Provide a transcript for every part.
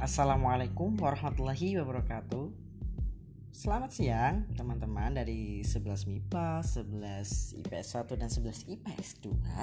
Assalamualaikum warahmatullahi wabarakatuh. Selamat siang teman-teman dari 11 MIPA, 11 IPS 1 dan 11 IPS 2.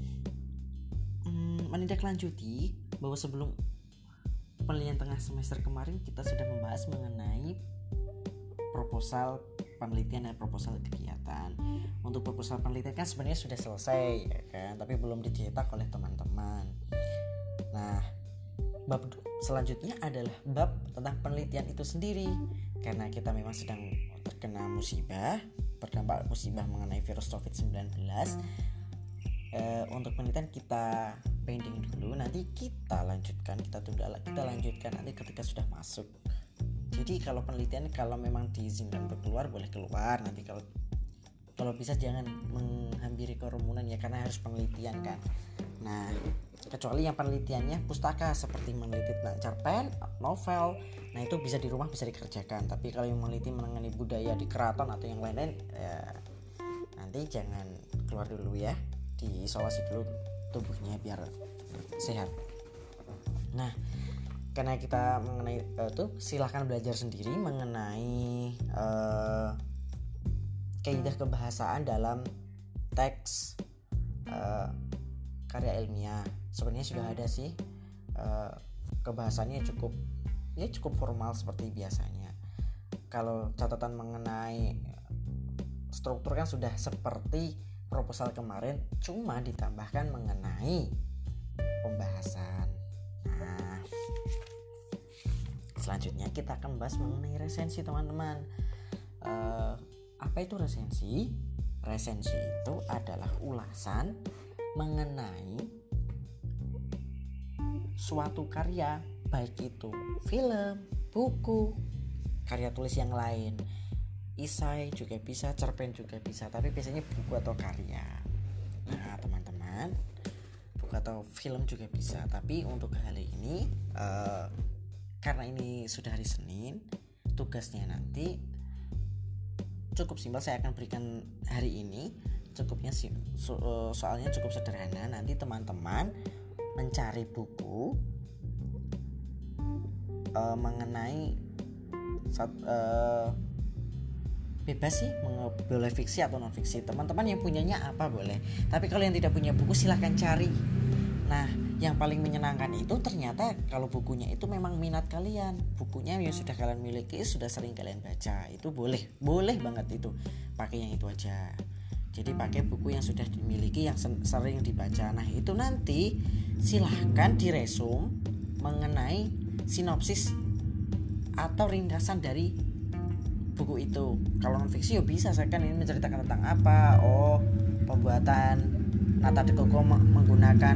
Menindaklanjuti bahwa sebelum penilaian tengah semester kemarin kita sudah membahas mengenai proposal penelitian dan proposal kegiatan. Untuk proposal penelitian kan sebenarnya sudah selesai ya kan, tapi belum dicetak oleh teman-teman. Nah, bab selanjutnya adalah bab tentang penelitian itu sendiri. Karena kita memang sedang terkena musibah, berdampak musibah mengenai virus COVID-19. Untuk penelitian kita pending dulu, nanti kita lanjutkan nanti ketika sudah masuk. Jadi kalau penelitian, kalau memang diizinkan untuk keluar, boleh keluar. Nanti kalau bisa jangan menghampiri kerumunan ya, karena harus penelitian kan. Nah, kecuali yang penelitiannya pustaka seperti meneliti tentang cerpen, novel, nah itu bisa di rumah, bisa dikerjakan. Tapi kalau yang meneliti mengenai budaya di keraton atau yang lain-lain ya, nanti jangan keluar dulu ya, diisolasi dulu tubuhnya biar sehat. Nah, karena kita mengenai silahkan belajar sendiri mengenai kaidah kebahasaan dalam teks karya ilmiah. Sebenarnya sudah ada sih, kebahasannya cukup formal seperti biasanya. Kalau catatan mengenai struktur kan sudah seperti proposal kemarin, cuma ditambahkan mengenai pembahasan. Nah, selanjutnya kita akan bahas mengenai resensi, teman-teman. Apa itu resensi? Resensi itu adalah ulasan mengenai suatu karya, baik itu film, buku, karya tulis yang lain, esai juga bisa, cerpen juga bisa, tapi biasanya buku atau karya. Nah, teman-teman, buku atau film juga bisa. Tapi untuk kali ini karena ini sudah hari Senin, tugasnya nanti cukup simpel, saya akan berikan hari ini. Cukupnya soalnya cukup sederhana. Nanti teman-teman mencari buku mengenai bebas sih, boleh fiksi atau non fiksi. Teman-teman yang punyanya apa boleh, tapi kalau yang tidak punya buku silahkan cari. Nah, yang paling menyenangkan itu ternyata kalau bukunya itu memang minat kalian, bukunya yang sudah kalian miliki, sudah sering kalian baca, itu boleh banget itu pakai yang itu aja. Jadi pakai buku yang sudah dimiliki, yang sering dibaca. Nah, itu nanti silahkan diresum mengenai sinopsis atau ringkasan dari buku itu. Kalau non fiksi ya bisa, saya kan ini menceritakan tentang apa. Pembuatan Nata de Coco menggunakan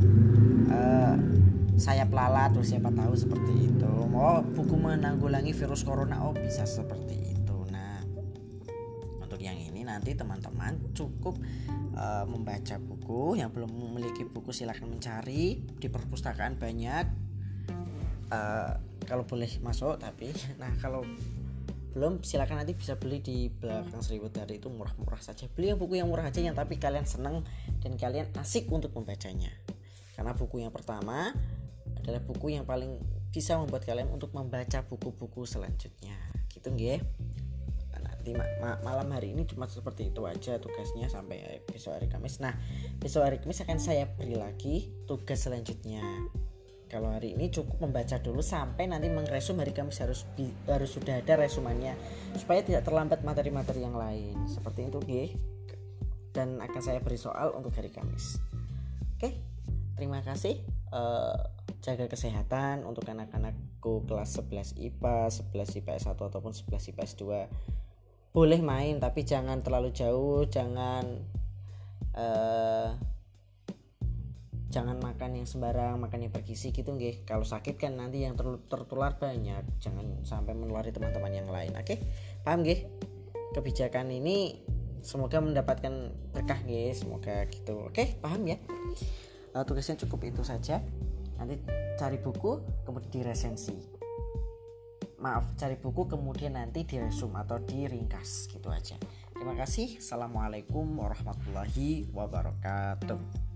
sayap lalat, terus siapa tahu seperti itu. Buku menanggulangi virus corona, bisa seperti itu. Nah, untuk yang ini nanti teman-teman cukup membaca buku. Yang belum memiliki buku silahkan mencari di perpustakaan, banyak. Kalau boleh masuk, tapi nah kalau belum silakan nanti bisa beli di belakang Seribu Dari, itu murah-murah saja. Beli yang buku yang murah aja, yang tapi kalian senang dan kalian asik untuk membacanya. Karena buku yang pertama adalah buku yang paling bisa membuat kalian untuk membaca buku-buku selanjutnya. Gitu nggih. Nanti malam hari ini cuma seperti itu aja tugasnya sampai besok hari Kamis. Nah, besok hari Kamis akan saya beri lagi tugas selanjutnya. Kalau hari ini cukup membaca dulu sampai nanti mengresum hari Kamis, harus sudah ada resumannya supaya tidak terlambat materi-materi yang lain. Seperti itu nggih. Dan akan saya beri soal untuk hari Kamis. Oke. Terima kasih. Jaga kesehatan untuk anak-anakku kelas 11 IPA, 11 IPS 1 ataupun 11 IPS 2. Boleh main tapi jangan terlalu jauh, jangan makan yang sembarang, makan yang bergizi gitu nggih. Kalau sakit kan nanti yang tertular banyak, jangan sampai menulari teman-teman yang lain. Oke? Paham nggih? Kebijakan ini semoga mendapatkan berkah nggih, semoga gitu. Oke, paham ya? Tugasnya cukup itu saja. Nanti cari buku kemudian diresensi. Cari buku kemudian nanti diresum atau diringkas, gitu aja. Terima kasih. Assalamualaikum warahmatullahi wabarakatuh.